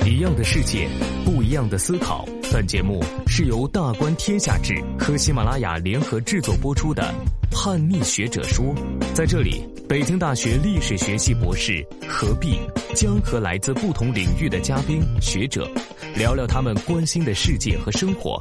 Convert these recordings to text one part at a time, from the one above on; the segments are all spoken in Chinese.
一样的世界，不一样的思考。本节目是由大观天下志和喜马拉雅联合制作播出的《叛逆学者说》。在这里，北京大学历史学系博士何必将和来自不同领域的嘉宾学者聊聊他们关心的世界和生活。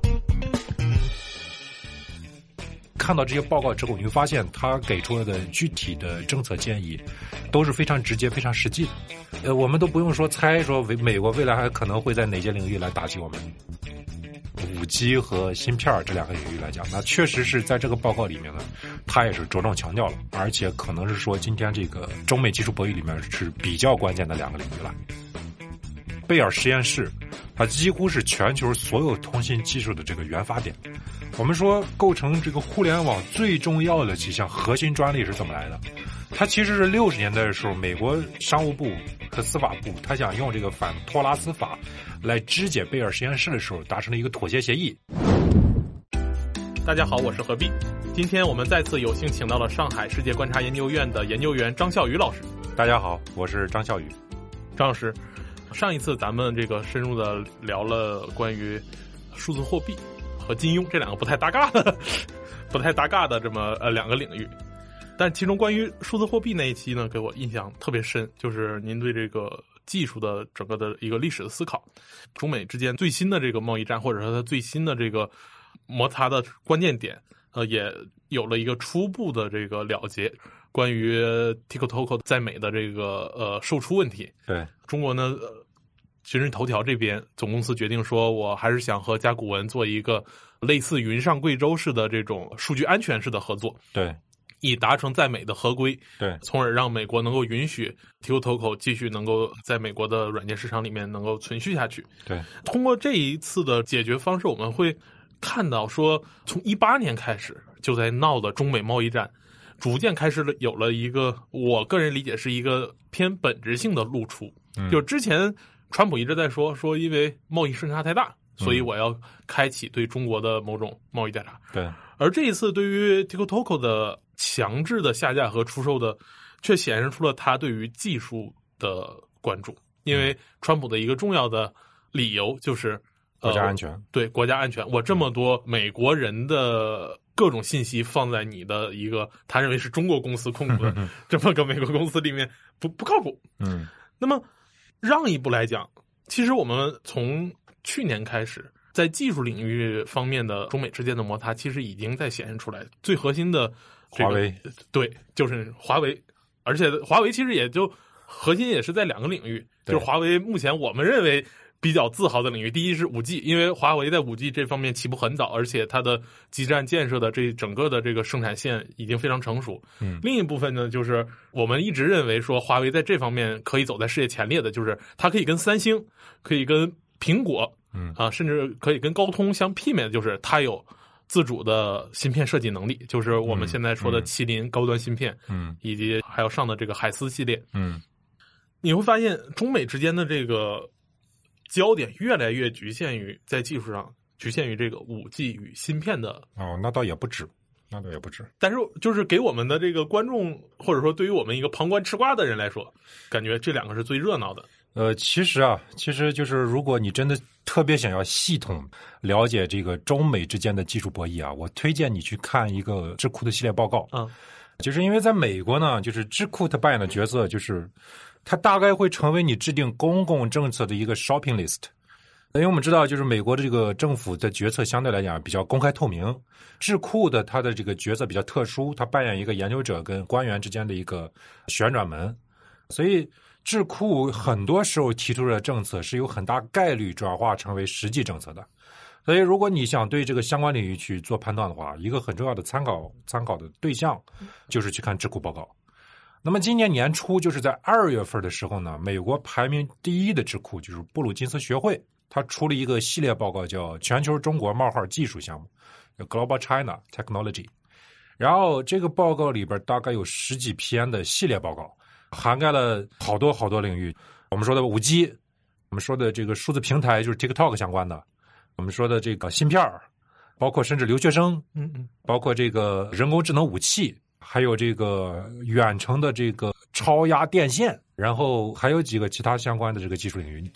看到这些报告之后，你会发现他给出来的具体的政策建议都是非常直接、非常实际的。我们都不用说猜说美国未来还可能会在哪些领域来打击我们。5G 和芯片这两个领域来讲，那确实是在这个报告里面呢，他也是着重强调了，而且可能是说今天这个中美技术博弈里面是比较关键的两个领域了。贝尔实验室，它几乎是全球所有通信技术的这个原发点。我们说构成这个互联网最重要的几项核心专利是怎么来的？它其实是60年代的时候，美国商务部和司法部，他想用这个反托拉斯法来肢解贝尔实验室的时候，达成了一个妥协协议。 大家好，我是何必。今天我们再次有幸请到了上海世界观察研究院的研究员张孝宇老师。 大家好，我是张孝宇。 张老师，上一次咱们这个深入的聊了关于数字货币和金庸这两个不太搭嘎的这么两个领域，但其中关于数字货币那一期呢，给我印象特别深，就是您对这个技术的整个的一个历史的思考，中美之间最新的这个贸易战，或者说它最新的这个摩擦的关键点，也有了一个初步的这个了结。关于 TikTok 在美的这个售出问题， 对中国呢，今日头条这边总公司决定说，我还是想和甲骨文做一个类似云上贵州式的这种数据安全式的合作， 对， 以达成在美的合规， 对， 从而让美国能够允许 TikTok 继续能够在美国的软件市场里面能够存续下去。 对， 通过这一次的解决方式，我们会看到说，从18年开始就在闹的中美贸易战，逐渐开始有了一个，我个人理解是一个偏本质性的露出。就之前川普一直在说因为贸易顺差太大，所以我要开启对中国的某种贸易调查。 对， 而这一次对于 TikTok 的强制的下架和出售的，却显示出了他对于技术的关注。因为川普的一个重要的理由就是国家安全， 对国家安全，我这么多美国人的各种信息放在你的一个他认为是中国公司控股的这么个美国公司里面，不靠谱。那么让一步来讲，其实我们从去年开始，在技术领域方面的中美之间的摩擦，其实已经在显现出来。最核心的华为， 对，就是华为，而且华为其实也就核心也是在两个领域，就是华为目前我们认为比较自豪的领域，第一是 5G， 因为华为在 5G 这方面起步很早，而且它的基站建设的这整个的这个生产线已经非常成熟。另一部分呢，就是我们一直认为说华为在这方面可以走在世界前列的，就是它可以跟三星，可以跟苹果，甚至可以跟高通相媲美的，就是它有自主的芯片设计能力，就是我们现在说的麒麟高端芯片，以及还有上的这个海思系列。你会发现中美之间的这个焦点越来越局限于在技术上，局限于这个5G 与芯片的。 那倒也不止。 但是就是给我们的这个观众，或者说对于我们一个旁观吃瓜的人来说，感觉这两个是最热闹的。 其实就是如果你真的特别想要系统了解这个中美之间的技术博弈啊，我推荐你去看一个智库的系列报告。就是因为在美国呢，就是智库它扮演的角色就是它大概会成为你制定公共政策的一个 shopping list。因为我们知道，就是美国的这个政府的决策相对来讲比较公开透明，智库的它的这个角色比较特殊，它扮演一个研究者跟官员之间的一个旋转门，所以智库很多时候提出的政策是有很大概率转化成为实际政策的。所以如果你想对这个相关领域去做判断的话，一个很重要的参考的对象就是去看智库报告。那么今年年初，就是在2月份的时候呢，美国排名第1的智库就是布鲁金斯学会，它出了一个系列报告，叫全球中国技术项目，叫 Global China Technology。然后这个报告里边大概有10几篇的系列报告，涵盖了好多领域。我们说的 5G， 我们说的这个数字平台，就是 TikTok 相关的，我们说的这个芯片，包括甚至留学生，包括这个人工智能武器，还有这个远程的这个超压电线，然后还有几个其他相关的这个技术领域，你都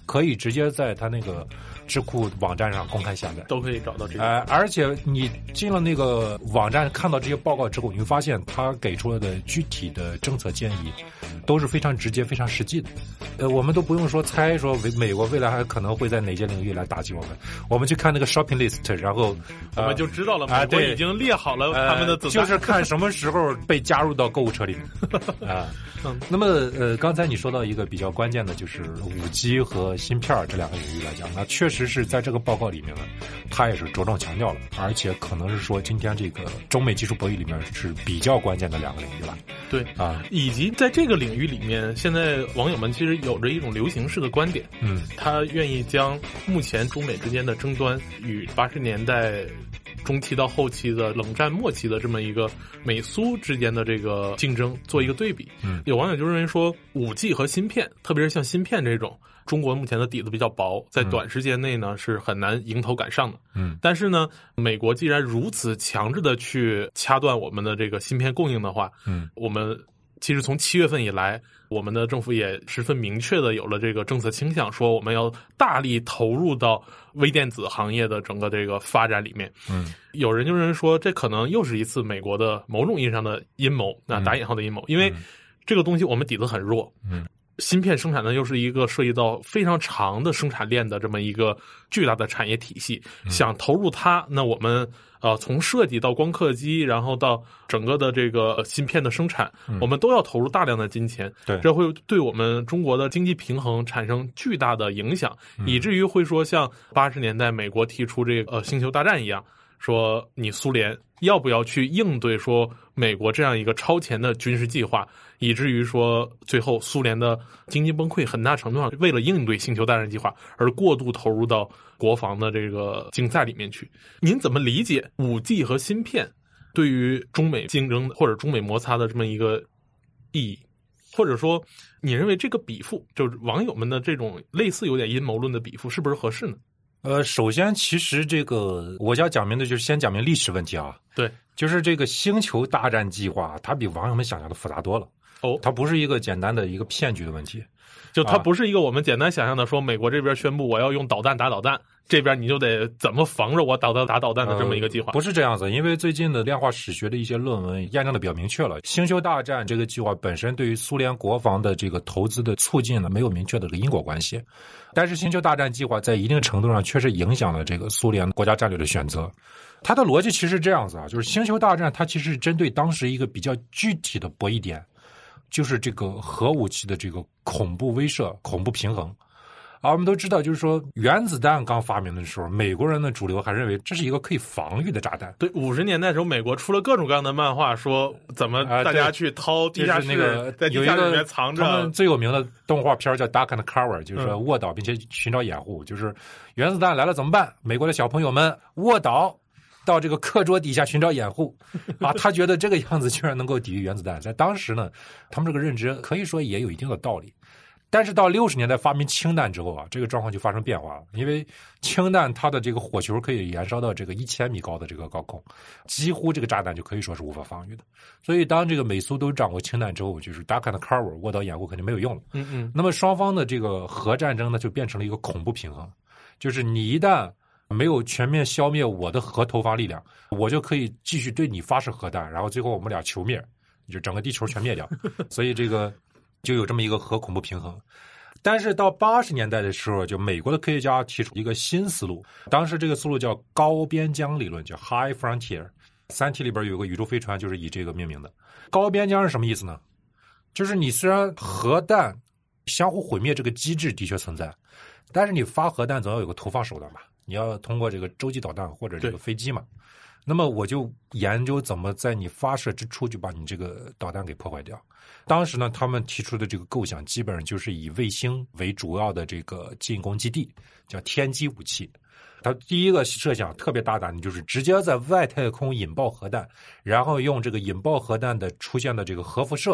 可以直接在他那个智库网站上公开下载， 都可以找到这个。 而且你进了那个网站看到这些报告之后，你会发现他给出了的具体的政策建议都是非常直接、非常实际的。我们都不用说猜说美国未来还可能会在哪些领域来打击我们，我们去看那个 shopping list， 然后我们就知道了，美国已经列好了他们的子弹， 就是看什么时候被加入到购物车里面啊。那么刚才你说到一个比较关键的，就是5G 和芯片这两个领域来讲，那确实是在这个报告里面呢，它也是着重强调了，而且可能是说今天这个中美技术博弈里面是比较关键的两个领域了。 对啊，以及在这个领域里面，现在网友们其实有着一种流行式的观点，他愿意将目前中美之间的争端与80年代中期到后期的冷战末期的这么一个美苏之间的这个竞争做一个对比。有网友就认为说，5G 和芯片，特别是像芯片这种，中国目前的底子比较薄，在短时间内呢是很难迎头赶上的。但是呢，美国既然如此强制的去掐断我们的这个芯片供应的话，我们其实从7月份以来，我们的政府也十分明确的有了这个政策倾向，说我们要大力投入到微电子行业的整个这个发展里面。有人就认为说，这可能又是一次美国的某种意义上的阴谋，那打引号的阴谋，因为这个东西我们底子很弱。芯片生产呢又是一个涉及到非常长的生产链的这么一个巨大的产业体系，想投入它，那我们从设计到光刻机，然后到整个的这个芯片的生产，我们都要投入大量的金钱，这会对我们中国的经济平衡产生巨大的影响，以至于会说像80年代美国提出这个星球大战一样，说你苏联要不要去应对说美国这样一个超前的军事计划，以至于说最后苏联的经济崩溃很大程度上为了应对星球大战计划而过度投入到国防的这个竞赛里面去。您怎么理解 5G 和芯片对于中美竞争或者中美摩擦的这么一个意义？或者说你认为这个比附，就是网友们的这种类似有点阴谋论的比附是不是合适呢？ 首先其实这个我要讲明的就是先讲明历史问题啊。 对， 就是这个星球大战计划它比网友们想象的复杂多了。它不是一个简单的一个骗局的问题， 就它不是一个我们简单想象的说美国这边宣布我要用导弹打导弹，这边你就得怎么防着我导弹打导弹的这么一个计划。 不是这样子，因为最近的量化史学的一些论文验证的比较明确了，星球大战这个计划本身对于苏联国防的这个投资的促进呢没有明确的这个因果关系，但是星球大战计划在一定程度上确实影响了这个苏联国家战略的选择。它的逻辑其实是这样子啊，就是星球大战它其实是针对当时一个比较具体的博弈点，就是这个核武器的这个恐怖威慑、恐怖平衡。我们都知道，就是说原子弹刚发明的时候，美国人的主流还认为这是一个可以防御的炸弹。 对，50年代的时候，美国出了各种各样的漫画，说怎么大家去掏地下室， 那个在地下室里面藏着。 他们最有名的动画片叫《Duck and Cover》，就是说卧倒并且寻找掩护，就是原子弹来了怎么办？美国的小朋友们卧倒到这个课桌底下寻找掩护啊，他觉得这个样子居然能够抵御原子弹。在当时呢，他们这个认知可以说也有一定的道理。但是到60年代发明氢弹之后啊，这个状况就发生变化了。因为氢弹它的这个火球可以燃烧到这个1000米高的这个高空，几乎这个炸弹就可以说是无法防御的。所以当这个美苏都掌握氢弹之后，就是 Duck and Cover 卧倒掩护肯定没有用了。那么双方的这个核战争呢，就变成了一个恐怖平衡，就是你一旦没有全面消灭我的核投放力量，我就可以继续对你发射核弹，然后最后我们俩球灭，就整个地球全灭掉。所以这个就有这么一个核恐怖平衡。但是到80年代的时候，就美国的科学家提出一个新思路，当时这个思路叫高边疆理论，叫 High Frontier。三体里边有个宇宙飞船就是以这个命名的。高边疆是什么意思呢？就是你虽然核弹相互毁灭这个机制的确存在，但是你发核弹总要有个投放手段吧，你要通过这个洲际导弹或者这个飞机嘛。那么我就研究怎么在你发射之初就把你这个导弹给破坏掉。当时呢，他们提出的这个构想基本上就是以卫星为主要的这个进攻基地，叫天基武器。他第一个设想特别大胆的就是直接在外太空引爆核弹，然后用这个引爆核弹的出现的这个核辐射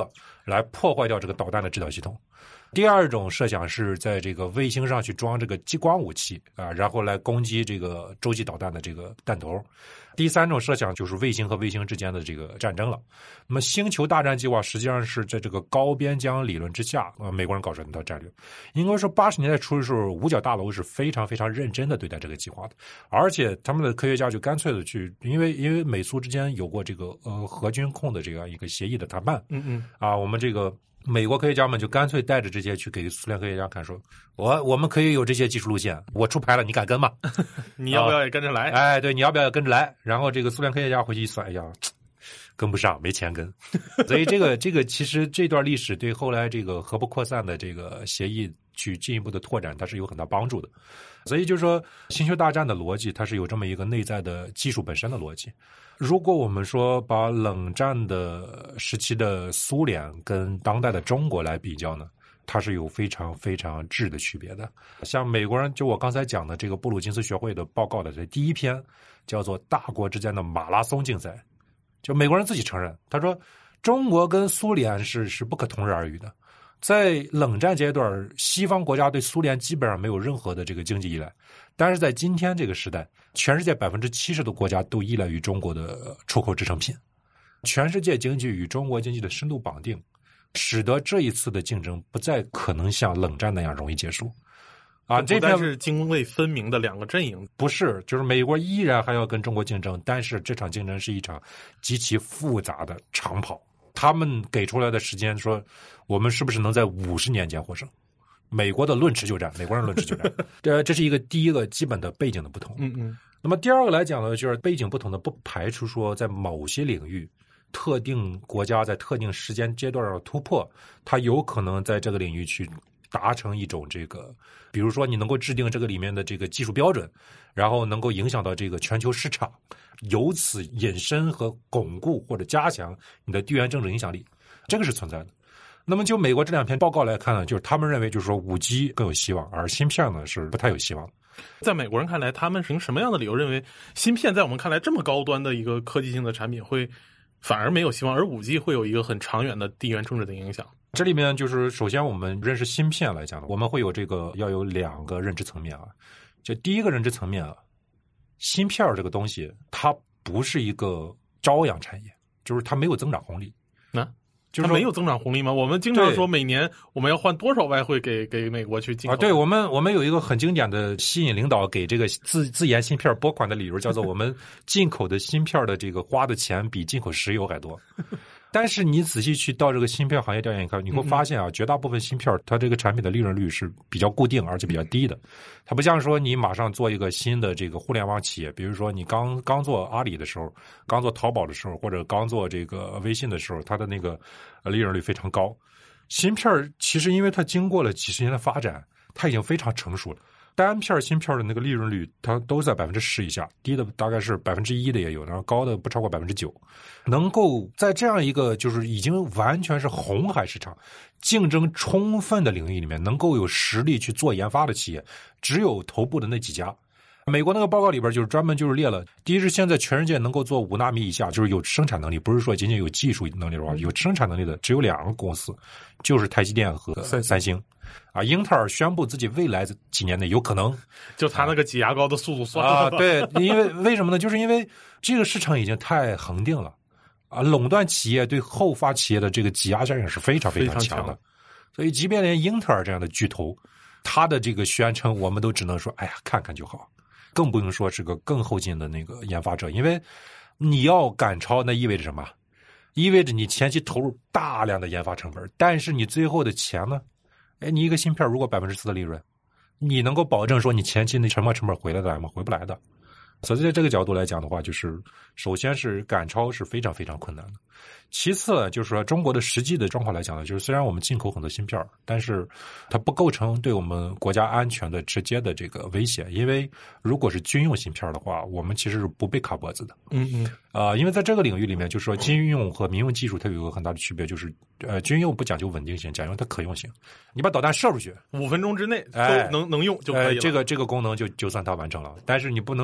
来破坏掉这个导弹的制导系统。第二种设想是在这个卫星上去装这个激光武器啊，然后来攻击这个洲际导弹的这个弹头。第三种设想就是卫星和卫星之间的这个战争了。那么星球大战计划实际上是在这个高边疆理论之下，美国人搞出来一套战略。应该说80年代初的时候，五角大楼是非常非常认真的对待这个计划的，而且他们的科学家就干脆的去，因为美苏之间有过这个核军控的这样一个协议的谈判，我们这个美国科学家们就干脆带着这些去给苏联科学家看，说我们可以有这些技术路线，我出牌了，你敢跟吗？ 你要不要也跟着来？ 哎，对，你要不要跟着来？然后这个苏联科学家回去一算，哎呀，跟不上，没钱跟。所以这个其实这段历史对后来这个核不扩散的这个协议去进一步的拓展，它是有很大帮助的。所以就是说，星球大战的逻辑，它是有这么一个内在的技术本身的逻辑。如果我们说把冷战的时期的苏联跟当代的中国来比较呢，它是有非常非常质的区别的。像美国人，就我刚才讲的这个布鲁金斯学会的报告的这第一篇叫做《大国之间的马拉松竞赛》，就美国人自己承认，他说中国跟苏联是不可同日而语的。在冷战阶段，西方国家对苏联基本上没有任何的这个经济依赖，但是在今天这个时代，全世界70%的国家都依赖于中国的出口制成品，全世界经济与中国经济的深度绑定，使得这一次的竞争不再可能像冷战那样容易结束。 这边是泾渭分明的两个阵营， 不是，就是美国依然还要跟中国竞争，但是这场竞争是一场极其复杂的长跑。他们给出来的时间说，我们是不是能在50年间获胜？美国的论持久战，美国人论持久战，这是第一个基本的背景的不同。那么第二个来讲呢，就是背景不同的，不排除说在某些领域，特定国家在特定时间阶段上的突破，它有可能在这个领域去达成一种这个，比如说你能够制定这个里面的这个技术标准，然后能够影响到这个全球市场，由此引申和巩固或者加强你的地缘政治影响力，这个是存在的。那么就美国这两篇报告来看呢，就是他们认为就是说5G 更有希望，而芯片呢是不太有希望。 在美国人看来，他们凭什么样的理由认为芯片在我们看来这么高端的一个科技性的产品会反而没有希望，而5G 会有一个很长远的地缘政治的影响？ 这里面就是首先我们认识芯片来讲呢，我们会有这个要有2个认知层面啊。就第一个认知层面啊，芯片这个东西它不是一个朝阳产业，就是它没有增长红利。 它没有增长红利吗？我们经常说每年我们要换多少外汇给美国去进口对，我们有一个很经典的吸引领导给这个自研芯片拨款的理由，叫做我们进口的芯片的这个花的钱比进口石油还多。但是你仔细去到这个芯片行业调研一看，你会发现啊，绝大部分芯片它这个产品的利润率是比较固定而且比较低的。它不像说你马上做一个新的这个互联网企业，比如说你刚做阿里的时候，刚做淘宝的时候，或者刚做这个微信的时候，它的那个利润率非常高。芯片其实因为它经过了几十年的发展，它已经非常成熟了。单片芯片的那个利润率，它都在10%以下，低的大概是1%的也有，然后高的不超过9%。能够在这样一个就是已经完全是红海市场、竞争充分的领域里面，能够有实力去做研发的企业，只有头部的那几家。美国那个报告里边就是专门就是列了，第一是现在全世界能够做5纳米以下，就是有生产能力，不是说仅仅有技术能力的话，有生产能力的只有2个公司，就是台积电和三星。英特尔宣布自己未来几年内有可能， 就他那个挤牙膏的速度算了吧。 对，因为什么呢？就是因为这个市场已经太恒定了垄断企业对后发企业的这个挤压效应是非常非常强的。所以即便连英特尔这样的巨头，他的这个宣称我们都只能说哎呀看看就好，更不用说是个更后进的那个研发者。因为你要赶超，那意味着什么？意味着你前期投入大量的研发成本，但是你最后的钱呢？你一个芯片如果4%的利润，你能够保证说你前期那成本回来的吗？回不来的。所以在这个角度来讲的话，就是首先是赶超是非常非常困难的。其次就是说中国的实际的状况来讲呢，就是虽然我们进口很多芯片，但是它不构成对我们国家安全的直接的这个威胁。因为如果是军用芯片的话，我们其实是不被卡脖子的。因为在这个领域里面，就是说军用和民用技术它有一个很大的区别，就是军用不讲究稳定性，讲究它可用性。你把导弹射出去，5 分钟之内就能用就可以了。 这个功能就算它完成了。但是你不能说你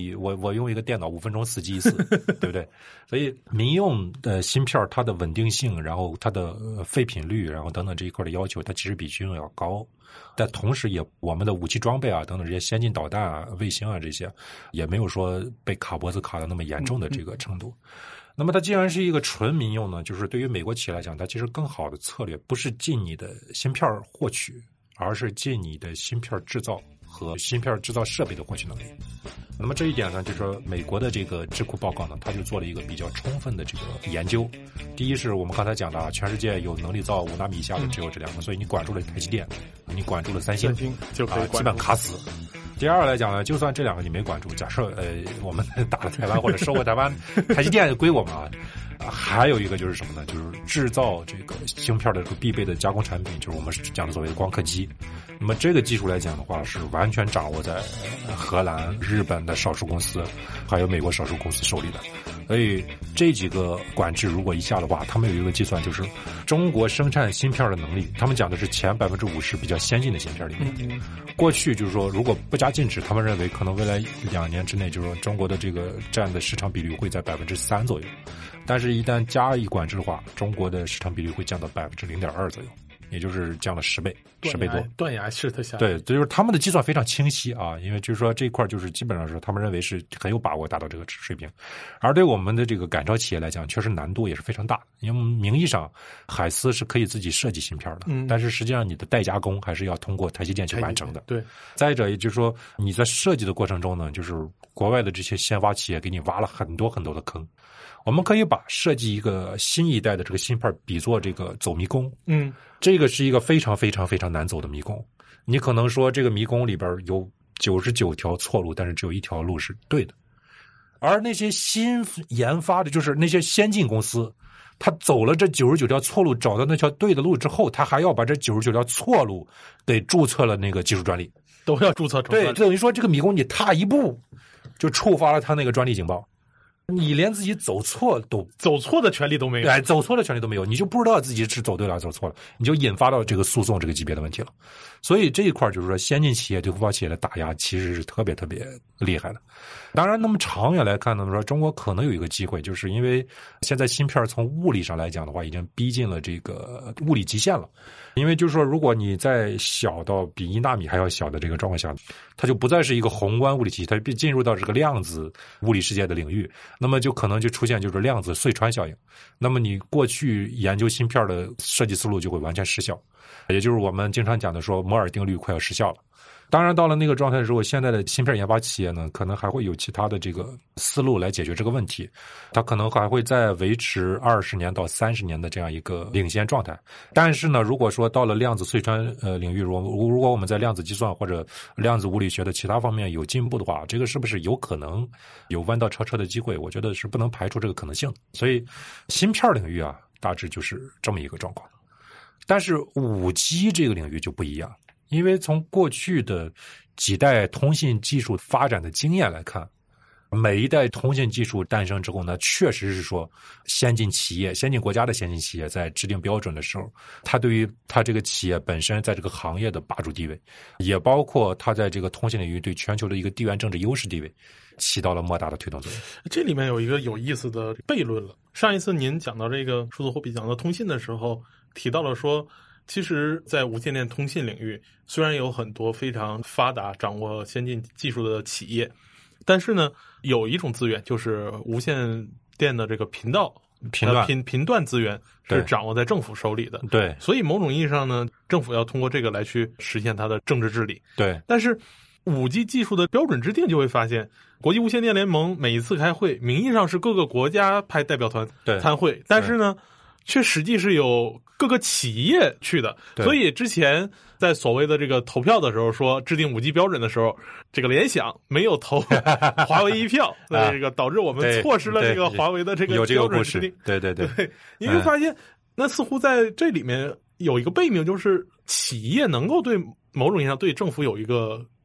比我用一个电脑5分钟死机一次，对不对？所以民用的芯片它的稳定性，然后它的废品率，然后等等这一块的要求，它其实比军用要高。但同时也我们的武器装备啊等等这些先进导弹啊、卫星啊这些，也没有说被卡脖子卡的那么严重的这个程度。那么它既然是一个纯民用呢，就是对于美国企业来讲，它其实更好的策略不是进你的芯片获取，而是进你的芯片制造和芯片制造设备的获取能力。那么这一点呢，就是说美国的这个智库报告呢，它就做了一个比较充分的这个研究。第一是我们刚才讲的啊，全世界有能力造5纳米以下的只有这2个，所以你管住了台积电，你管住了三星就可以基本卡死。第二来讲呢，就算这2个你没管住，假设我们打了台湾或者收过台湾，台积电归我们啊。还有一个就是什么呢？就是制造这个芯片的必备的加工产品，就是我们讲的所谓的光刻机。那么这个技术来讲的话，是完全掌握在荷兰、日本的少数公司，还有美国少数公司手里的。所以这几个管制如果一下的话，他们有一个计算，就是中国生产芯片的能力，他们讲的是前50%比较先进的芯片里面。过去就是说，如果不加禁止，他们认为可能未来2年之内，就是说中国的这个占的市场比率会在3%左右。但是，一旦加以管制的话，中国的市场比率会降到0.2%左右，也就是降了10倍多， 断崖式的下来。 对，就是他们的计算非常清晰啊，因为就是说这一块就是基本上是他们认为是很有把握达到这个水平，而对我们的这个赶超企业来讲，确实难度也是非常大的。因为名义上海思是可以自己设计芯片的，但是实际上你的代加工还是要通过台积电去完成的。 对， 再者也就是说你在设计的过程中呢，就是国外的这些先发企业给你挖了很多很多的坑。我们可以把设计一个新一代的这个芯片比作这个走迷宫，这个是一个非常非常非常难走的迷宫。你可能说这个迷宫里边有99条错路，但是只有1条路是对的。而那些新研发的，就是那些先进公司，他走了这99条错路，找到那条对的路之后，他还要把这99条错路给注册了那个技术专利， 都要注册成专利。 对，等于说这个迷宫你踏一步就触发了他那个专利警报。你连自己走错的权利都没有， 对，走错的权利都没有，你就不知道自己是走对了还是走错了，你就引发到这个诉讼这个级别的问题了。所以这一块就是说，先进企业对后发企业的打压其实是特别特别厉害的。当然，那么长远来看呢，说中国可能有一个机会，就是因为现在芯片从物理上来讲的话，已经逼近了这个物理极限了。因为就是说，如果你在小到比1纳米还要小的这个状况下，它就不再是一个宏观物理体系，它进入到这个量子物理世界的领域，那么就可能就出现就是量子隧穿效应。那么你过去研究芯片的设计思路就会完全失效，也就是我们经常讲的说摩尔定律快要失效了。当然到了那个状态的时候，现在的芯片研发企业呢，可能还会有其他的这个思路来解决这个问题，它可能还会再维持20年到30年的这样一个领先状态。但是呢，如果说到了量子隧穿领域，如果我们在量子计算或者量子物理学的其他方面有进步的话，这个是不是有可能有弯道超车的机会？我觉得是不能排除这个可能性的。所以芯片领域啊，大致就是这么一个状况。但是5G 这个领域就不一样。因为从过去的几代通信技术发展的经验来看，每一代通信技术诞生之后呢，确实是说先进国家的先进企业在制定标准的时候，它对于它这个企业本身在这个行业的霸主地位，也包括它在这个通信领域对全球的一个地缘政治优势地位，起到了莫大的推动作用。 这里面有一个有意思的悖论了。上一次您讲到这个数字货币，讲到通信的时候，提到了说，其实在无线电通信领域，虽然有很多非常发达、掌握先进技术的企业，但是呢，有一种资源就是无线电的这个频段资源是掌握在政府手里的。 对， 所以某种意义上呢，政府要通过这个来去实现它的政治治理。 对， 但是5G 技术的标准制定就会发现，国际无线电联盟每一次开会，名义上是各个国家派代表团参会，但是呢，却实际是有各个企业去的。所以之前在所谓的这个投票的时候说制定5G 标准的时时候，这个联想没有投华为一票，这个导致我们错失了这个华为的这个标准制定。 对， 你会发现，那似乎在这里面有一个悖谬，就是企业能够对某种意义上对政府有一个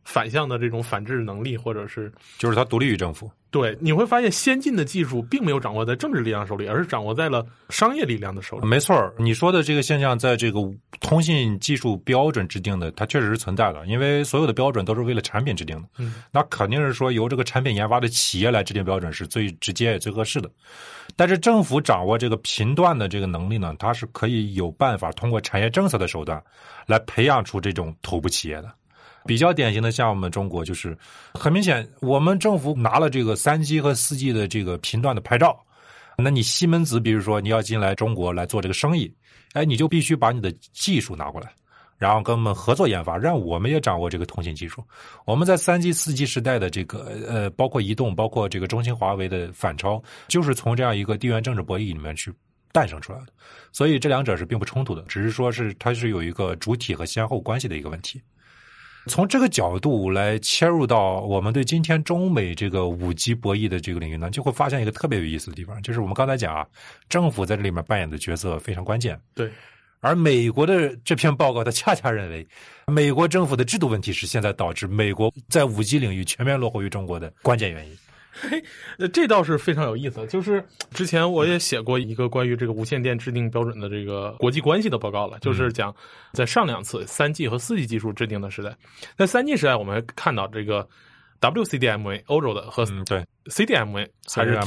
反向的这种反制能力，或者是就是它独立于政府。 对，你会发现先进的技术并没有掌握在政治力量手里，而是掌握在了商业力量的手里。 没错，你说的这个现象，在这个通信技术标准制定的，它确实是存在的，因为所有的标准都是为了产品制定的。那肯定是说由这个产品研发的企业来制定标准是最直接也最合适的。但是政府掌握这个频段的这个能力呢，它是可以有办法通过产业政策的手段来培养出这种头部企业的。比较典型的像我们中国，就是很明显我们政府拿了这个3G 和4G 的这个频段的牌照，那你西门子比如说你要进来中国来做这个生意，你就必须把你的技术拿过来，然后跟我们合作研发，让我们也掌握这个通信技术。我们在3G 4G 时代的这个包括移动，包括这个中兴华为的反超，就是从这样一个地缘政治博弈里面去诞生出来的。所以这两者是并不冲突的，只是说是它是有一个主体和先后关系的一个问题。从这个角度来切入到我们对今天中美这个5G 博弈的这个领域呢，就会发现一个特别有意思的地方，就是我们刚才讲啊，政府在这里面扮演的角色非常关键。 对， 而美国的这篇报告，它恰恰认为，美国政府的制度问题是现在导致美国在5G 领域全面落后于中国的关键原因。 这倒是非常有意思，就是之前我也写过一个关于这个无线电制定标准的这个国际关系的报告了，就是讲在上2次 3G 和 4G 技术制定的时代，在 3G 时代我们看到这个 WCDMA 欧洲的和对 CDMA 还是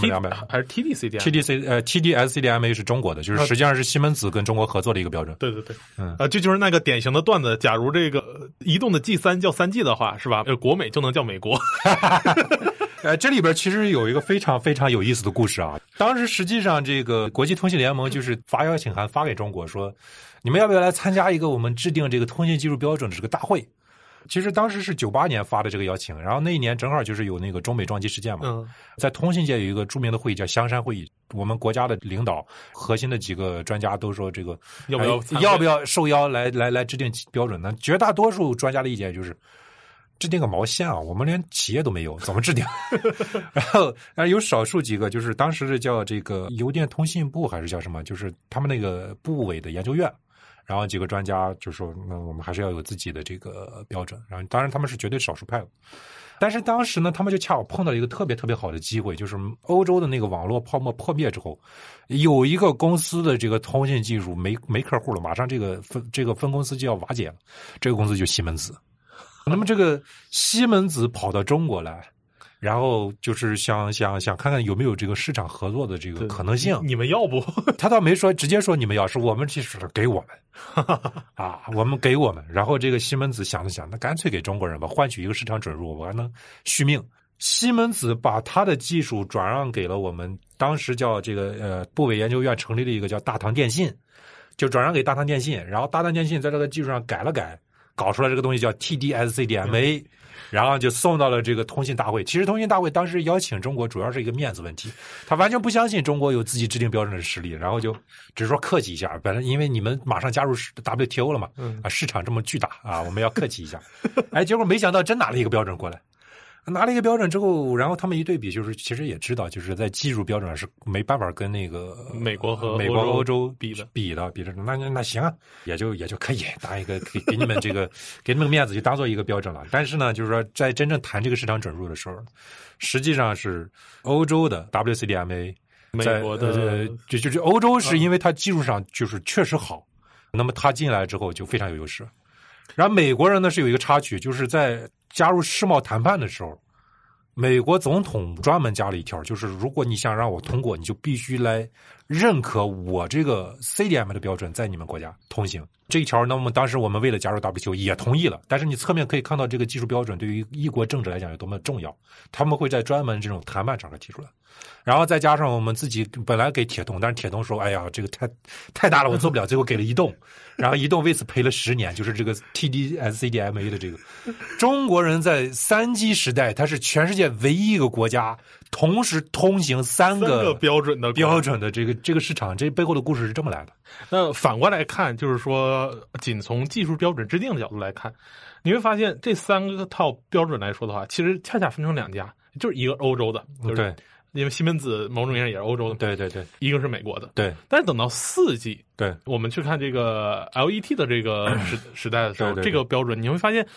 TD-SCDMA 是中国的，就是实际上是西门子跟中国合作的一个标准。 对对对，这就是那个典型的段子，假如这个移动的 G3 叫 3G 的话，是吧？国美就能叫美国。 这里边其实有一个非常非常有意思的故事啊。当时实际上这个国际通信联盟就是发邀请函发给中国说，你们要不要来参加一个我们制定这个通信技术标准的这个大会。其实当时是98年发的这个邀请，然后那一年正好就是有那个中美撞击事件嘛。在通信界有一个著名的会议叫香山会议，我们国家的领导核心的几个专家都说这个要不要受邀来制定标准呢？绝大多数专家的意见就是制定个毛线啊！我们连企业都没有，怎么制定？然后有少数几个，就是当时的叫这个邮电通信部还是叫什么，就是他们那个部委的研究院，然后几个专家就说，那我们还是要有自己的这个标准。然后当然他们是绝对少数派的，但是当时呢，他们就恰好碰到一个特别特别好的机会，就是欧洲的那个网络泡沫破灭之后，有一个公司的这个通信技术没客户了，马上这个分公司就要瓦解了，这个公司就西门子。那么这个西门子跑到中国来，然后就是想看看有没有这个市场合作的这个可能性。 你们要不？他倒没说直接说你们要，是我们其实给我们啊，我们给我们。然后这个西门子想了想，那干脆给中国人吧，换取一个市场准入，我还能续命。西门子把他的技术转让给了我们当时叫这个部委研究院成立了一个叫大唐电信，就转让给大唐电信，然后大唐电信在这个技术上改了改。搞出来这个东西叫 TD-SCDMA， 然后就送到了这个通信大会。其实通信大会当时邀请中国主要是一个面子问题，他完全不相信中国有自己制定标准的实力，然后就只是说客气一下，本来因为你们马上加入 WTO 了嘛，市场这么巨大啊，我们要客气一下。结果没想到真拿了一个标准过来。拿了一个标准之后，然后他们一对比，就是其实也知道，就是在技术标准上是没办法跟那个美国和欧洲比的， 那行啊，也就可以当一个给你们这个给你们面子，就当做一个标准了。但是呢，就是说在真正谈这个市场准入的时候，实际上是欧洲的 WCDMA， 美国的就是欧洲是因为它技术上就是确实好，那么它进来之后就非常有优势。然后美国人呢是有一个插曲，就是在加入世贸谈判的时候，美国总统专门加了一条，就是如果你想让我通过，你就必须来认可我这个 CDM 的标准在你们国家通行。这一条，那么当时我们为了加入 WTO 也同意了，但是你侧面可以看到这个技术标准对于一国政治来讲有多么重要，他们会在专门这种谈判场合提出来。然后再加上我们自己本来给铁通，但是铁通说，哎呀，这个太大了，我做不了，最后给了移动，然后移动为此赔了10年，就是这个 TD-SCDMA 的这个。中国人在3G 时代，它是全世界唯一一个国家同时通行三个标准的这个市场，这背后的故事是这么来的。 那反过来看，就是说，仅从技术标准制定的角度来看，你会发现这3个套标准来说的话，其实恰恰分成2家，就是一个欧洲的，就是对。 因为西门子某种意义上也是欧洲的， 对对对， 一个是美国的， 对。 但是等到4G， 对， 我们去看这个 LET 的这个时代的时候， 对对对， 这个标准你会发现，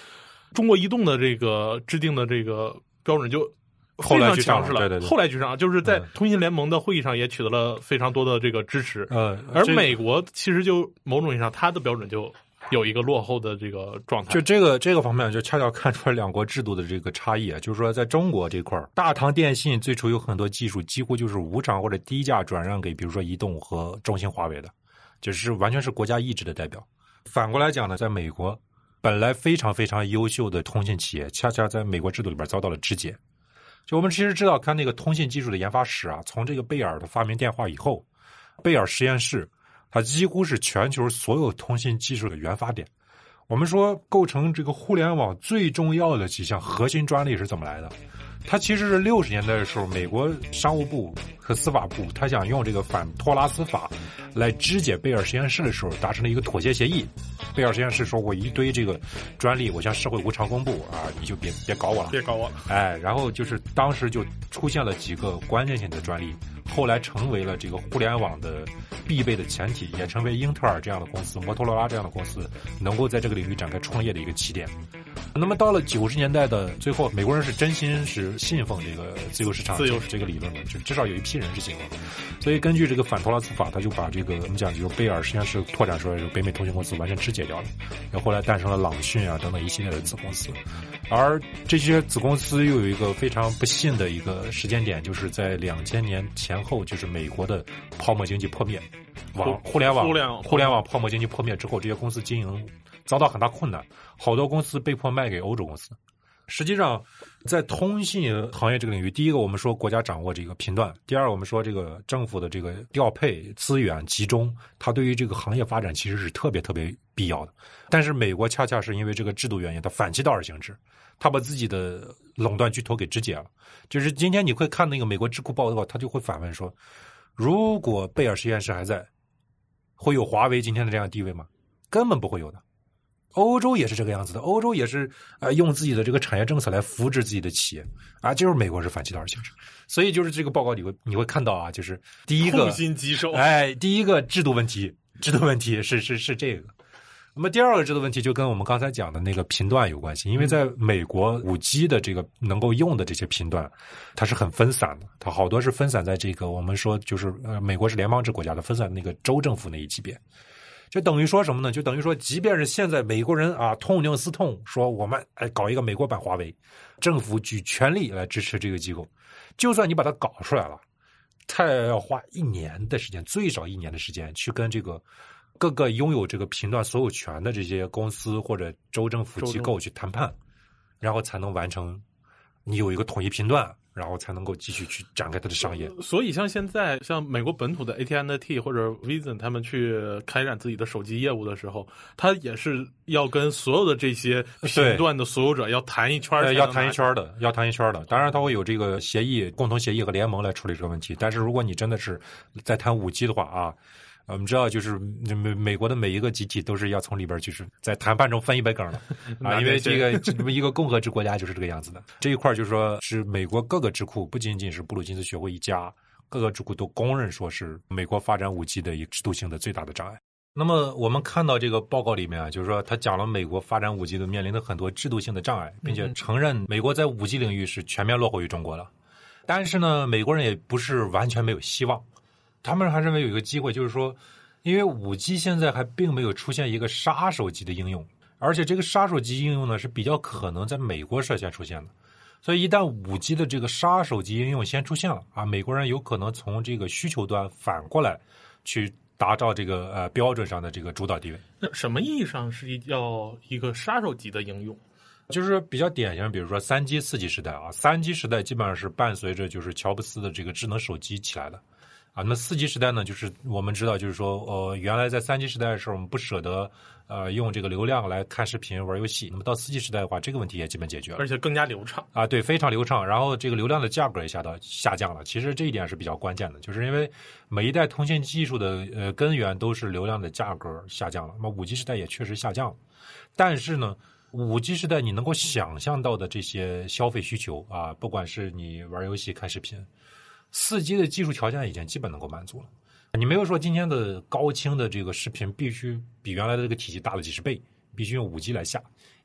中国移动的这个制定的这个标准就后来居上了，对对对，后来居上，就是在通信联盟的会议上也取得了非常多的这个支持。而美国其实就某种意义上，它的标准就有一个落后的这个状态。 就这个方面，就恰恰看出来两国制度的这个差异啊。就是说，在中国这块，大唐电信最初有很多技术几乎就是无偿或者低价转让给，比如说移动和中兴、华为的，就是完全是国家意志的代表。反过来讲呢，在美国，本来非常非常优秀的通信企业，恰恰在美国制度里边遭到了肢解。就我们其实知道，看那个通信技术的研发史啊，从这个贝尔的发明电话以后，贝尔实验室它几乎是全球所有通信技术的原发点。我们说构成这个互联网最重要的几项核心专利是怎么来的？它其实是60年代的时候，美国商务部和司法部他想用这个反托拉斯法来肢解贝尔实验室的时候，达成了一个妥协协议。贝尔实验室说，我一堆这个专利我向社会无偿公布啊，你就别搞我了， 别搞我了。 哎，然后就是当时就出现了几个关键性的专利，后来成为了这个互联网的必备的前提，也成为英特尔这样的公司、摩托罗拉这样的公司能够在这个领域展开创业的一个起点。那么到了90年代的最后，美国人是真心是信奉这个自由市场这个理论的，就至少有一批人是信奉的。所以根据这个反托拉斯法，他就把这个我们讲就是贝尔实验室拓展出来的北美通信公司完全肢解掉了，然后后来诞生了朗讯啊等等一系列的子公司。而这些子公司又有一个非常不幸的一个时间点，就是在2000年前后，就是美国的泡沫经济破灭，互联网泡沫经济破灭之后，这些公司经营遭到很大困难，好多公司被迫卖给欧洲公司。实际上，在通信行业这个领域，第一个我们说国家掌握这个频段，第二我们说这个政府的这个调配资源集中，它对于这个行业发展其实是特别特别必要的。但是美国恰恰是因为这个制度原因，它反其道而行之，它把自己的垄断巨头给肢解了。就是今天你会看那个美国智库报告，他就会反问说，如果贝尔实验室还在，会有华为今天的这样地位吗？根本不会有的。欧洲也是这个样子的，欧洲也是用自己的这个产业政策来扶持自己的企业啊，就是美国是反其道而行之。所以就是这个报告你会看到啊，就是第一个护心棘手， 第一个制度问题是这个。那么第二个制度问题就跟我们刚才讲的那个频段有关系，因为在美国 5G 的这个能够用的这些频段，它是很分散的，它好多是分散在这个我们说就是美国是联邦制国家的，分散那个州政府那一级别。就等于说什么呢？就等于说，即便是现在美国人啊痛定思痛，说我们搞一个美国版华为，政府举全力来支持这个机构，就算你把它搞出来了，他也要花1年的时间，最少1年的时间去跟这个各个拥有这个频段所有权的这些公司或者州政府机构去谈判，然后才能完成你有一个统一频段，然后才能够继续去展开它的商业。 所以像现在像美国本土的 AT&T 或者 Verizon 他们去开展自己的手机业务的时候，他也是要跟所有的这些频段的所有者要谈一圈， 要谈一圈的。当然他会有这个协议、共同协议和联盟来处理这个问题。但是如果你真的是在谈5G 的话啊，我们知道就是美国的每一个集体都是要从里边就是在谈判中分一杯羹的啊，因为这个一个共和制国家就是这个样子的。这一块就是说是美国各个智库，不仅仅是布鲁金斯学会一家，各个智库都公认说是美国发展5G 的一个制度性的最大的障碍。那么我们看到这个报告里面啊，就是说他讲了美国发展5G 的面临的很多制度性的障碍，并且承认美国在5G 领域是全面落后于中国了。但是呢，美国人也不是完全没有希望。他们还认为有一个机会，就是说，因为5G 现在还并没有出现一个杀手级的应用，而且这个杀手级应用呢是比较可能在美国率先出现的。所以一旦5G 的这个杀手级应用先出现了啊，美国人有可能从这个需求端反过来去达到这个标准上的这个主导地位。 那什么意义上是要一个杀手级的应用？ 就是比较典型，比如说3G、4G 时代啊，3G 时代基本上是伴随着就是乔布斯的这个智能手机起来的。啊，那4G 时代呢，就是我们知道，就是说，原来在3G 时代的时候，我们不舍得用这个流量来看视频、玩游戏。那么到4G 时代的话，这个问题也基本解决了， 而且更加流畅啊，对，非常流畅。然后这个流量的价格也下降了。其实这一点是比较关键的，就是因为每一代通信技术的根源都是流量的价格下降了。那么5G 时代也确实下降了，但是呢，5G 时代你能够想象到的这些消费需求啊，不管是你玩游戏、看视频。4G 的技术条件已经基本能够满足了，你没有说今天的高清的这个视频必须比原来的这个体积大了几十倍，必须用5G 来下，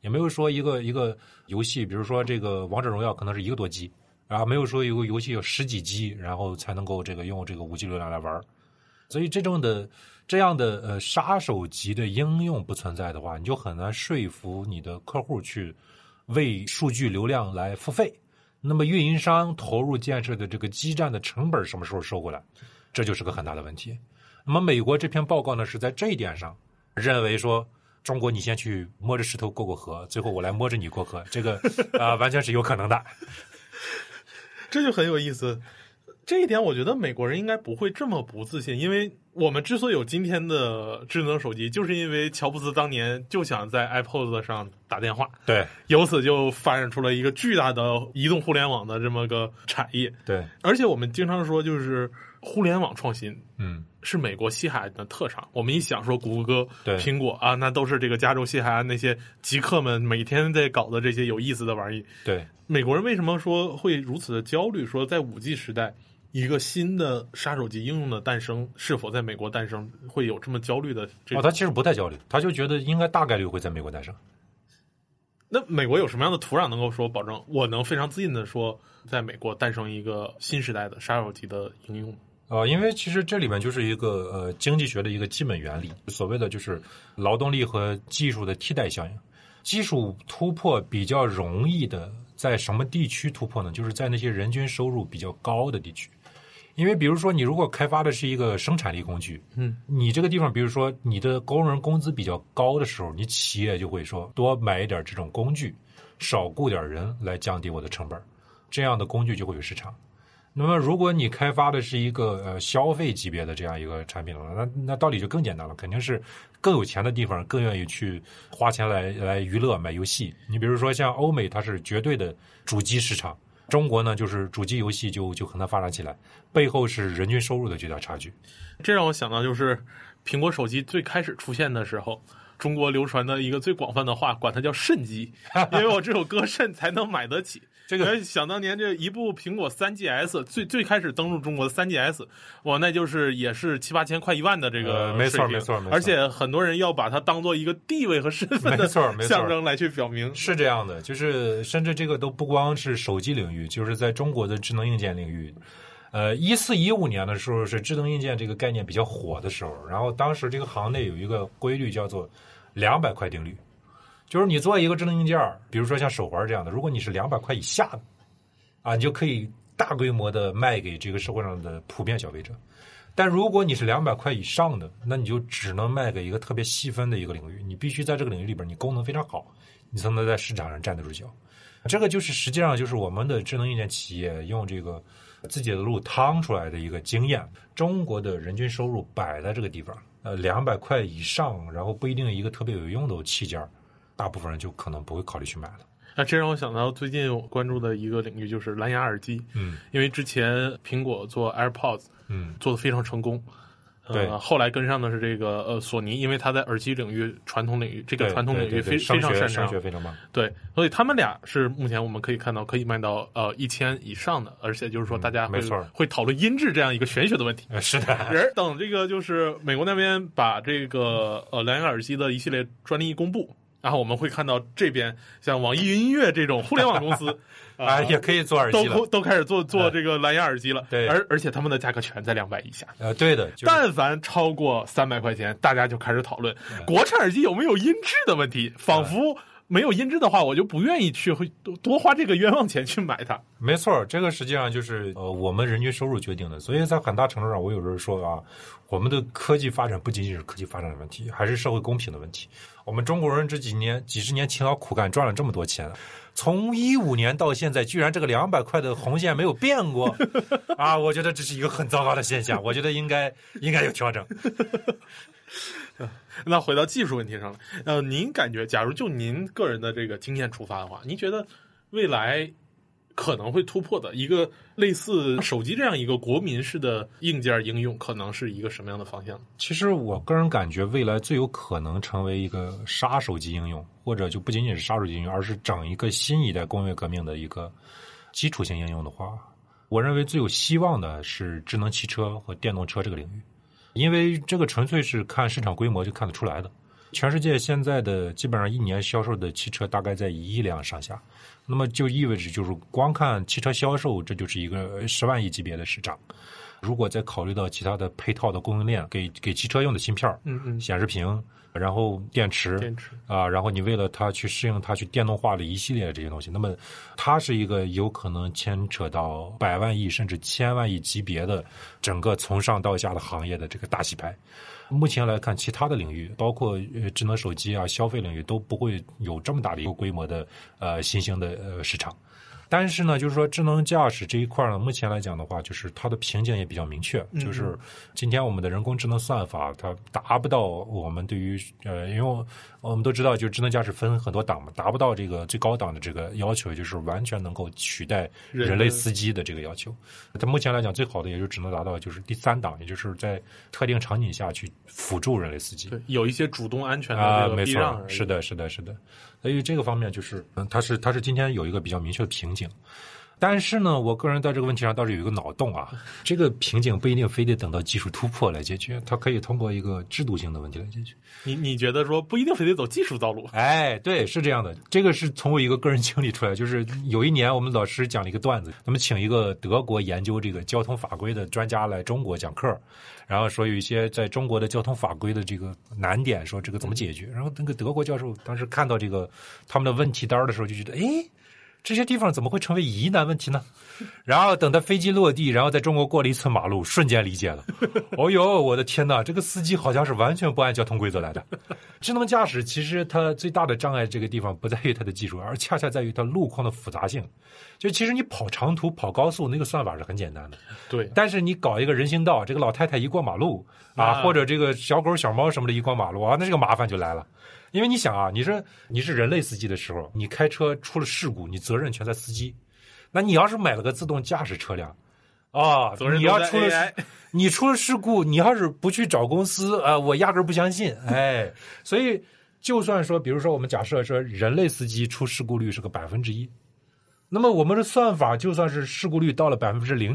也没有说一个游戏，比如说这个王者荣耀可能是1个多 G， 然后没有说有个游戏有10几 G， 然后才能够这个用这个5G 流量来玩。所以这样的杀手级的应用不存在的话，你就很难说服你的客户去为数据流量来付费。那么运营商投入建设的这个基站的成本什么时候收回来？这就是个很大的问题。那么美国这篇报告呢，是在这一点上认为说，中国你先去摸着石头过河，最后我来摸着你过河，这个完全是有可能的。 这就很有意思。这一点我觉得美国人应该不会这么不自信，因为我们之所以有今天的智能手机，就是因为乔布斯当年就想在 iPod 上打电话， 对， 由此就发展出了一个巨大的移动互联网的这么个产业。 对， 而且我们经常说，就是互联网创新，是美国西海岸的特长。我们一想说谷歌、苹果啊，那都是这个加州西海岸那些极客们每天在搞的这些有意思的玩意。 对， 美国人为什么说会如此的焦虑？说在5G 时代，一个新的杀手级应用的诞生，是否在美国诞生，会有这么焦虑的？ 他其实不太焦虑，他就觉得应该大概率会在美国诞生。 那美国有什么样的土壤能够说保证我能非常自信的说，在美国诞生一个新时代的杀手级的应用？ 因为其实这里面就是一个经济学的一个基本原理，所谓的就是劳动力和技术的替代效应。技术突破比较容易的，在什么地区突破呢？就是在那些人均收入比较高的地区。因为比如说你如果开发的是一个生产力工具，你这个地方比如说你的工人工资比较高的时候，你企业就会说多买一点这种工具，少雇点人来降低我的成本，这样的工具就会有市场。那么如果你开发的是一个消费级别的这样一个产品了，那道理就更简单了，肯定是更有钱的地方更愿意去花钱来娱乐买游戏。你比如说像欧美，它是绝对的主机市场，中国呢就是主机游戏就很难发展起来，背后是人均收入的巨大差距。 这让我想到就是苹果手机最开始出现的时候，中国流传的一个最广泛的话，管它叫肾机，因为我只有割肾才能买得起。这个想当年这一部苹果 3GS 最开始登陆中国的 3GS， 哇，那就是也是7、8千快1万的这个没错， 而且很多人要把它当做一个地位和身份的象征来去表明。 是这样的，就是甚至这个都不光是手机领域，就是在中国的智能硬件领域。14、15年的时候是智能硬件这个概念比较火的时候，然后当时这个行内有一个规律叫做200块定律。就是你做一个智能硬件，比如说像手环这样的，如果你是200块以下的，你就可以大规模的卖给这个社会上的普遍消费者。但如果你是200块以上的，那你就只能卖给一个特别细分的一个领域，你必须在这个领域里边你功能非常好，你才能在市场上站得住脚。这个就是实际上就是我们的智能硬件企业用这个自己的路趟出来的一个经验。中国的人均收入摆在这个地方，200块以上，然后不一定一个特别有用的器件，大部分人就可能不会考虑去买了。 那这让我想到最近我关注的一个领域就是蓝牙耳机。因为之前苹果做 AirPods，做得非常成功。 对， 后来跟上的是这个索尼，因为它在耳机领域、传统领域这个传统领域非常擅长， 声学非常棒。 对，所以他们俩是目前我们可以看到可以卖到1000以上的，而且就是说大家会讨论音质这样一个玄学的问题。 是的。 而等这个就是美国那边把这个蓝牙耳机的一系列专利一公布，然后我们会看到这边像网易云音乐这种互联网公司也可以做耳机了， 都开始做这个蓝牙耳机了。 对， 而且他们的价格全在200以下。 对的， 但凡超过300块钱，大家就开始讨论国产耳机有没有音质的问题，仿佛没有音质的话，我就不愿意去会多花这个冤枉钱去买它。 没错，这个实际上就是我们人均收入决定的。所以在很大程度上，我有时候说我们的科技发展不仅仅是科技发展的问题，还是社会公平的问题。我们中国人这几十年勤劳苦干赚了这么多钱，从15年到现在，居然这个200块的红线没有变过我觉得这是一个很糟糕的现象，我觉得应该有调整。 那回到技术问题上了，您感觉，假如就您个人的这个经验出发的话，您觉得未来可能会突破的一个类似手机这样一个国民式的硬件应用，可能是一个什么样的方向？ 其实我个人感觉，未来最有可能成为一个杀手级应用，或者就不仅仅是杀手级应用，而是整一个新一代工业革命的一个基础性应用的话，我认为最有希望的是智能汽车和电动车这个领域。因为这个纯粹是看市场规模就看得出来的。 全世界现在的基本上一年销售的汽车大概在1亿辆上下，那么就意味着就是光看汽车销售，这就是一个10万亿级别的市场。如果再考虑到其他的配套的供应链，给汽车用的芯片、显示屏，然后电池啊，然后你为了它去适应它去电动化的一系列的这些东西，那么它是一个有可能牵扯到100万亿甚至1000万亿级别的整个从上到下的行业的这个大洗牌。目前来看，其他的领域，包括智能手机啊、消费领域，都不会有这么大的一个规模的新兴的市场。但是呢，就是说智能驾驶这一块呢，目前来讲的话，就是它的瓶颈也比较明确，就是今天我们的人工智能算法它达不到我们对于因为我们都知道，就是智能驾驶分很多档嘛，达不到这个最高档的这个要求，就是完全能够取代人类司机的这个要求。它目前来讲，最好的也就只能达到就是第3档，也就是在特定场景下去辅助人类司机。 对，有一些主动安全的这个避让而已。 是的。所以这个方面就是它是今天有一个比较明确的瓶颈。但是呢，我个人在这个问题上倒是有一个脑洞啊，这个瓶颈不一定非得等到技术突破来解决，它可以通过一个制度性的问题来解决。 你觉得说不一定非得走技术道路？ 哎，对，是这样的。这个是从我一个个人经历出来，就是有一年我们老师讲了一个段子，他们请一个德国研究这个交通法规的专家来中国讲课，然后说有一些在中国的交通法规的这个难点，说这个怎么解决。然后那个德国教授当时看到这个他们的问题单的时候，就觉得，哎，这些地方怎么会成为疑难问题呢？然后等他飞机落地，然后在中国过了一次马路，瞬间理解了。哦呦，我的天哪，这个司机好像是完全不按交通规则来的。智能驾驶其实它最大的障碍这个地方不在于它的技术，而恰恰在于它路况的复杂性。就其实你跑长途跑高速那个算法是很简单的， 对。 但是你搞一个人行道，这个老太太一过马路啊，或者这个小狗小猫什么的一过马路啊，那这个麻烦就来了。因为你想啊，你是人类司机的时候，你开车出了事故，你责任全在司机。那你要是买了个自动驾驶车辆啊，你要你出了事故，你要是不去找公司啊，我压根不相信。哎，所以就算说，比如说我们假设说人类司机出事故率是个1%，那么我们的算法就算是事故率到了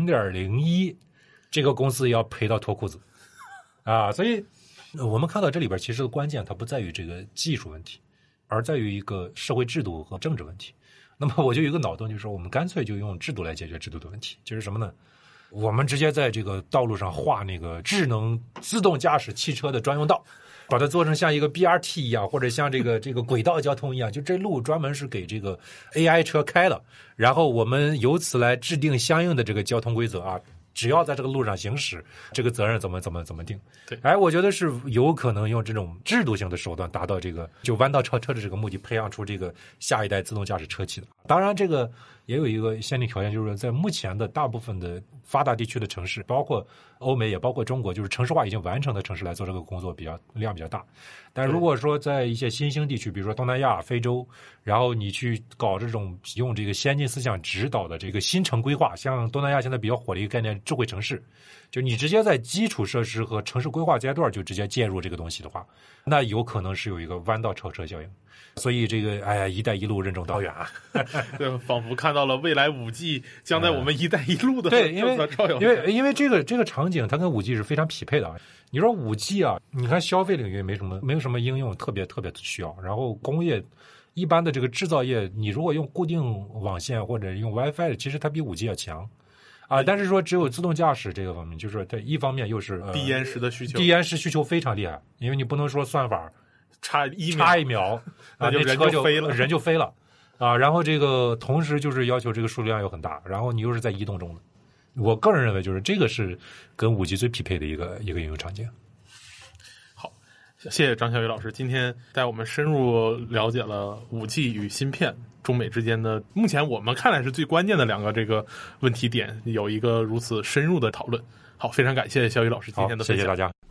0.01%，这个公司也要赔到脱裤子啊。所以我们看到这里边其实关键它不在于这个技术问题，而在于一个社会制度和政治问题。那么我就有一个脑洞，就是说我们干脆就用制度来解决制度的问题，就是什么呢？我们直接在这个道路上画那个智能自动驾驶汽车的专用道，把它做成像一个 BRT 一样，或者像这个轨道交通一样，就这路专门是给这个 AI 车开的，然后我们由此来制定相应的这个交通规则啊。只要在这个路上行驶，这个责任怎么定？ 对， 哎，我觉得是有可能用这种制度性的手段达到这个就弯道超车的这个目的，培养出这个下一代自动驾驶车企的。当然，这个也有一个限定条件，就是在目前的大部分的发达地区的城市，包括欧美也包括中国，就是城市化已经完成的城市来做这个工作量比较大。但如果说在一些新兴地区，比如说东南亚、非洲，然后你去搞这种用这个先进思想指导的这个新城规划，像东南亚现在比较火的一个概念，智慧城市，就你直接在基础设施和城市规划阶段就直接介入这个东西的话，那有可能是有一个弯道超车效应。所以这个一带一路任重道远啊， 对，仿佛看到了未来5G 将在我们一带一路的对，因为这个场景它跟5G 是非常匹配的啊。你说5G 啊，你看消费领域没有什么应用特别需要，然后工业一般的这个制造业，你如果用固定网线或者用 WiFi 其实它比5G 要强啊。但是说只有自动驾驶这个方面，就是它一方面又是低延时的需求， 低延时需求非常厉害，因为你不能说算法差1秒啊， 那人就飞了啊。然后这个同时就是要求这个数量又很大，然后你又是在移动中的。我个人认为，就是这个是跟5G 最匹配的一个应用场景。 好，谢谢张小雨老师，今天带我们深入了解了5G 与芯片中美之间的目前我们看来是最关键的2个这个问题点，有一个如此深入的讨论。好，非常感谢小雨老师今天的分享， 谢谢大家。